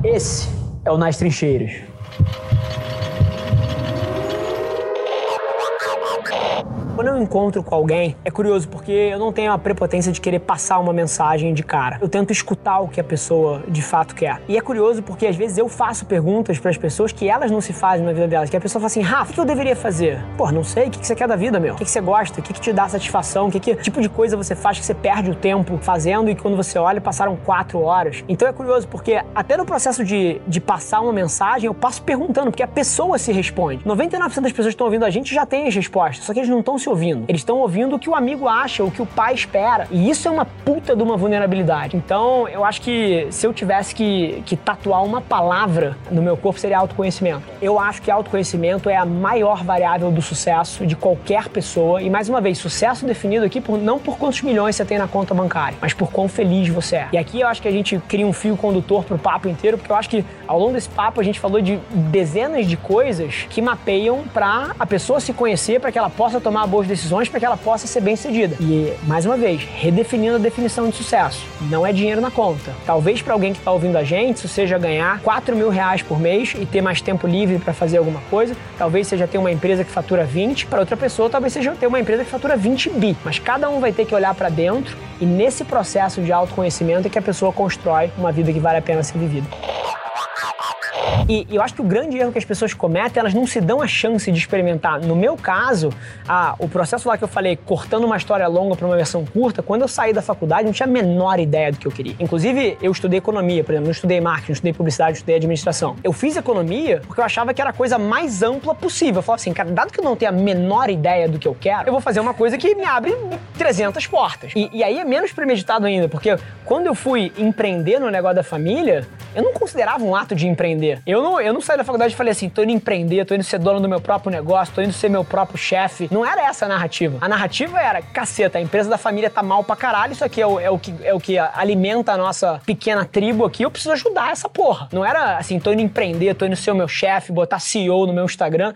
Esse é o Nas Trincheiras. Quando eu encontro com alguém, é curioso porque eu não tenho a prepotência de querer passar uma mensagem de cara. Eu tento escutar o que a pessoa de fato quer. E é curioso porque às vezes eu faço perguntas para as pessoas que elas não se fazem na vida delas. Que a pessoa fala assim, Rafa, o que eu deveria fazer? Pô, não sei, o que você quer da vida, meu? O que você gosta? O que te dá satisfação? Que tipo de coisa você faz que você perde o tempo fazendo e quando você olha, passaram 4 horas? Então é curioso porque até no processo de passar uma mensagem, eu passo perguntando, porque a pessoa se responde. 99% das pessoas que estão ouvindo a gente já tem as respostas, só que eles não estão se ouvindo. Eles estão ouvindo o que o amigo acha, o que o pai espera. E isso é uma puta de uma vulnerabilidade. Então, eu acho que se eu tivesse que tatuar uma palavra no meu corpo, seria autoconhecimento. Eu acho que autoconhecimento é a maior variável do sucesso de qualquer pessoa. E, mais uma vez, sucesso definido aqui não por quantos milhões você tem na conta bancária, mas por quão feliz você é. E aqui eu acho que a gente cria um fio condutor pro papo inteiro, porque eu acho que ao longo desse papo a gente falou de dezenas de coisas que mapeiam pra a pessoa se conhecer, para que ela possa tomar boas decisões, para que ela possa ser bem-sucedida. E, mais uma vez, redefinindo a definição de sucesso. Não é dinheiro na conta. Talvez para alguém que está ouvindo a gente, isso seja ganhar R$4.000 por mês e ter mais tempo livre para fazer alguma coisa. Talvez seja ter uma empresa que fatura 20. Para outra pessoa, talvez seja ter uma empresa que fatura 20 bi. Mas cada um vai ter que olhar para dentro e nesse processo de autoconhecimento é que a pessoa constrói uma vida que vale a pena ser vivida. E eu acho que o grande erro que as pessoas cometem, elas não se dão a chance de experimentar. No meu caso, o processo lá que eu falei, cortando uma história longa para uma versão curta, quando eu saí da faculdade, não tinha a menor ideia do que eu queria. Inclusive, eu estudei economia, por exemplo, não estudei marketing, não estudei publicidade, não estudei administração. Eu fiz economia porque eu achava que era a coisa mais ampla possível. Eu falava assim, cara, dado que eu não tenho a menor ideia do que eu quero, eu vou fazer uma coisa que me abre 300 portas. E aí é menos premeditado ainda, porque quando eu fui empreender no negócio da família, eu não considerava um ato de empreender. Eu não saí da faculdade e falei assim, tô indo empreender, tô indo ser dono do meu próprio negócio, tô indo ser meu próprio chefe. Não era essa a narrativa. A narrativa era, caceta, a empresa da família tá mal pra caralho, isso aqui é o que alimenta a nossa pequena tribo aqui, eu preciso ajudar essa porra. Não era assim, tô indo empreender, tô indo ser o meu chefe, botar CEO no meu Instagram.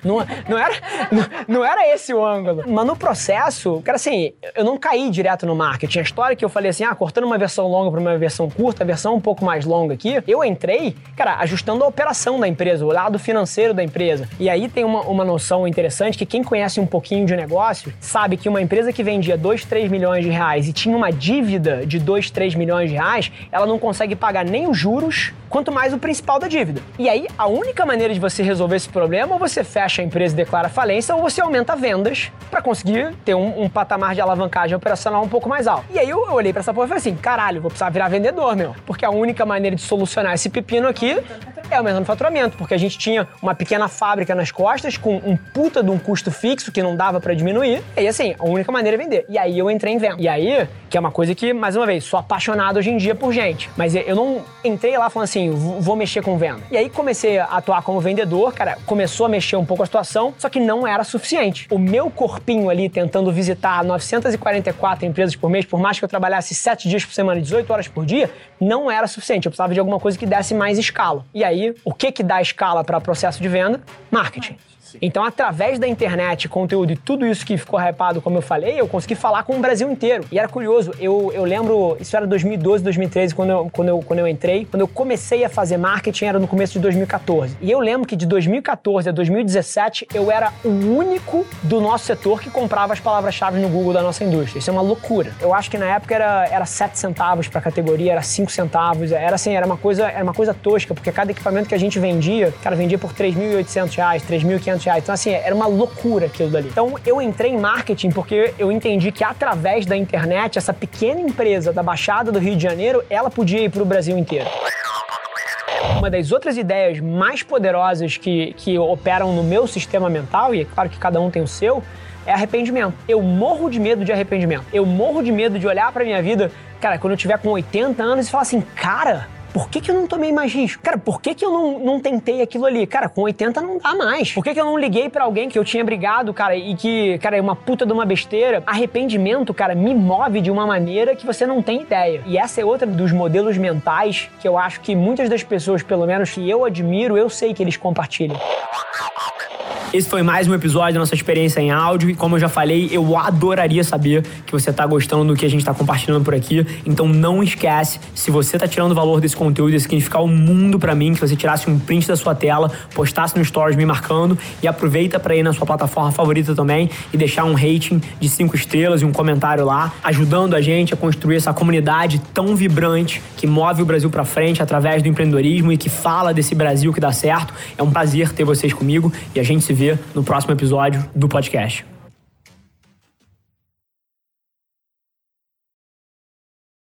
Não era esse o ângulo. Mas no processo, cara, assim, eu não caí direto no marketing. A história que eu falei assim, cortando uma versão longa pra uma versão curta, a versão um pouco mais longa aqui, eu entrei, cara, ajustando a operação da empresa, o lado financeiro da empresa. E aí tem uma noção interessante que quem conhece um pouquinho de negócio sabe que uma empresa que vendia 2, 3 milhões de reais e tinha uma dívida de 2, 3 milhões de reais, ela não consegue pagar nem os juros, quanto mais o principal da dívida. E aí, a única maneira de você resolver esse problema, ou você fecha a empresa e declara falência, ou você aumenta vendas para conseguir ter um patamar de alavancagem operacional um pouco mais alto. E aí eu olhei para essa porra e falei assim, caralho, vou precisar virar vendedor, meu. Porque a única maneira de solucionar esse pepino aqui é aumentando o faturamento, porque a gente tinha uma pequena fábrica nas costas com um puta de um custo fixo que não dava pra diminuir. E aí, assim, a única maneira é vender. E aí eu entrei em venda. E aí, que é uma coisa que, mais uma vez, sou apaixonado hoje em dia por gente. Mas eu não entrei lá falando assim, vou mexer com venda. E aí comecei a atuar como vendedor, cara, começou a mexer um pouco a situação, só que não era suficiente. O meu corpinho ali tentando visitar 944 empresas por mês, por mais que eu trabalhasse 7 dias por semana, 18 horas por dia, não era suficiente. Eu precisava de alguma coisa que desse mais escala. E aí, o que dá escala para processo de venda? Marketing. Então, através da internet, conteúdo e tudo isso que ficou hypado, como eu falei, eu consegui falar com o Brasil inteiro. E era curioso, eu lembro, isso era 2012, 2013, quando eu entrei. Quando eu comecei a fazer marketing, era no começo de 2014. E eu lembro que de 2014 a 2017, eu era o único do nosso setor que comprava as palavras-chave no Google da nossa indústria. Isso é uma loucura. Eu acho que na época era 7 centavos pra categoria, era 5 centavos. Era assim, era uma coisa tosca, porque cada equipamento que a gente vendia, cara, vendia por R$3.800, R$3.500. Então, assim, era uma loucura aquilo dali. Então, eu entrei em marketing porque eu entendi que através da internet, essa pequena empresa da Baixada do Rio de Janeiro, ela podia ir para o Brasil inteiro. Uma das outras ideias mais poderosas que operam no meu sistema mental, e é claro que cada um tem o seu, é arrependimento. Eu morro de medo de arrependimento. Eu morro de medo de olhar pra minha vida, cara, quando eu tiver com 80 anos e falar assim, cara, por que eu não tomei mais risco? Cara, por que eu não tentei aquilo ali? Cara, com 80 não dá mais. Por que eu não liguei pra alguém que eu tinha brigado, cara, e que, cara, é uma puta de uma besteira? Arrependimento, cara, me move de uma maneira que você não tem ideia. E essa é outra dos modelos mentais que eu acho que muitas das pessoas, pelo menos que eu admiro, eu sei que eles compartilham. Esse foi mais um episódio da nossa experiência em áudio e, como eu já falei, eu adoraria saber que você tá gostando do que a gente tá compartilhando por aqui. Então não esquece, se você tá tirando valor desse conteúdo, ia significar o mundo pra mim, que você tirasse um print da sua tela, postasse no Stories me marcando e aproveita pra ir na sua plataforma favorita também e deixar um rating de 5 estrelas e um comentário lá, ajudando a gente a construir essa comunidade tão vibrante que move o Brasil pra frente através do empreendedorismo e que fala desse Brasil que dá certo. É um prazer ter vocês comigo e a gente se vê no próximo episódio do podcast.